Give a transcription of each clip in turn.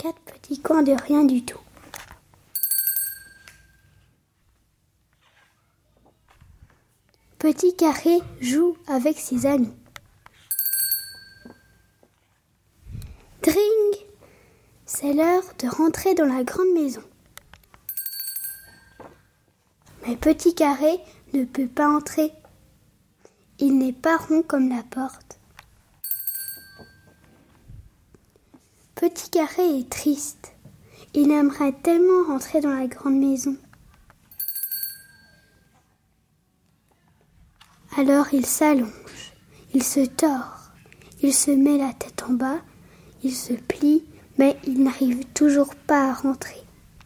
4 petits coins de rien du tout. Petit Carré joue avec ses amis. Dring! C'est l'heure de rentrer dans la grande maison. Mais Petit Carré ne peut pas entrer. Il n'est pas rond comme la porte. Petit Carré est triste. Il aimerait tellement rentrer dans la grande maison. Alors il s'allonge, il se tord, il se met la tête en bas, il se plie, mais il n'arrive toujours pas à rentrer.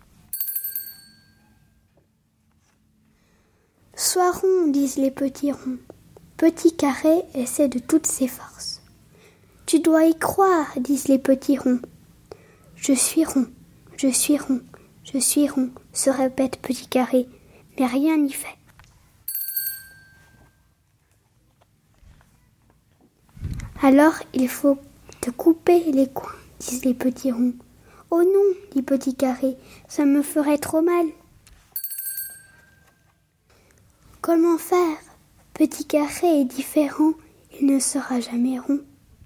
Sois rond, disent les petits ronds. Petit Carré essaie de toutes ses forces. Tu dois y croire, disent les petits ronds. Je suis rond, je suis rond, je suis rond, se répète Petit Carré, mais rien n'y fait. Alors il faut te couper les coins, disent les petits ronds. Oh non, dit Petit Carré, ça me ferait trop mal. Comment faire? Petit Carré est différent, il ne sera jamais rond.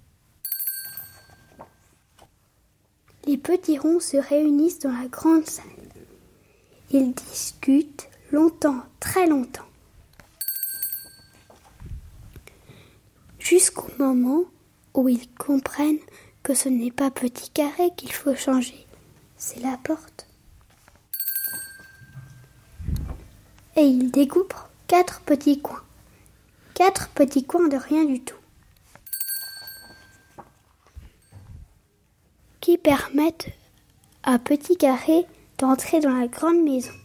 Les petits ronds se réunissent dans la grande salle. Ils discutent longtemps, très longtemps. Jusqu'au moment où ils comprennent que ce n'est pas Petit Carré qu'il faut changer, c'est la porte. Et ils découpent 4 petits coins. 4 petits coins de rien du tout. Qui permettent à Petit Carré d'entrer dans la grande maison.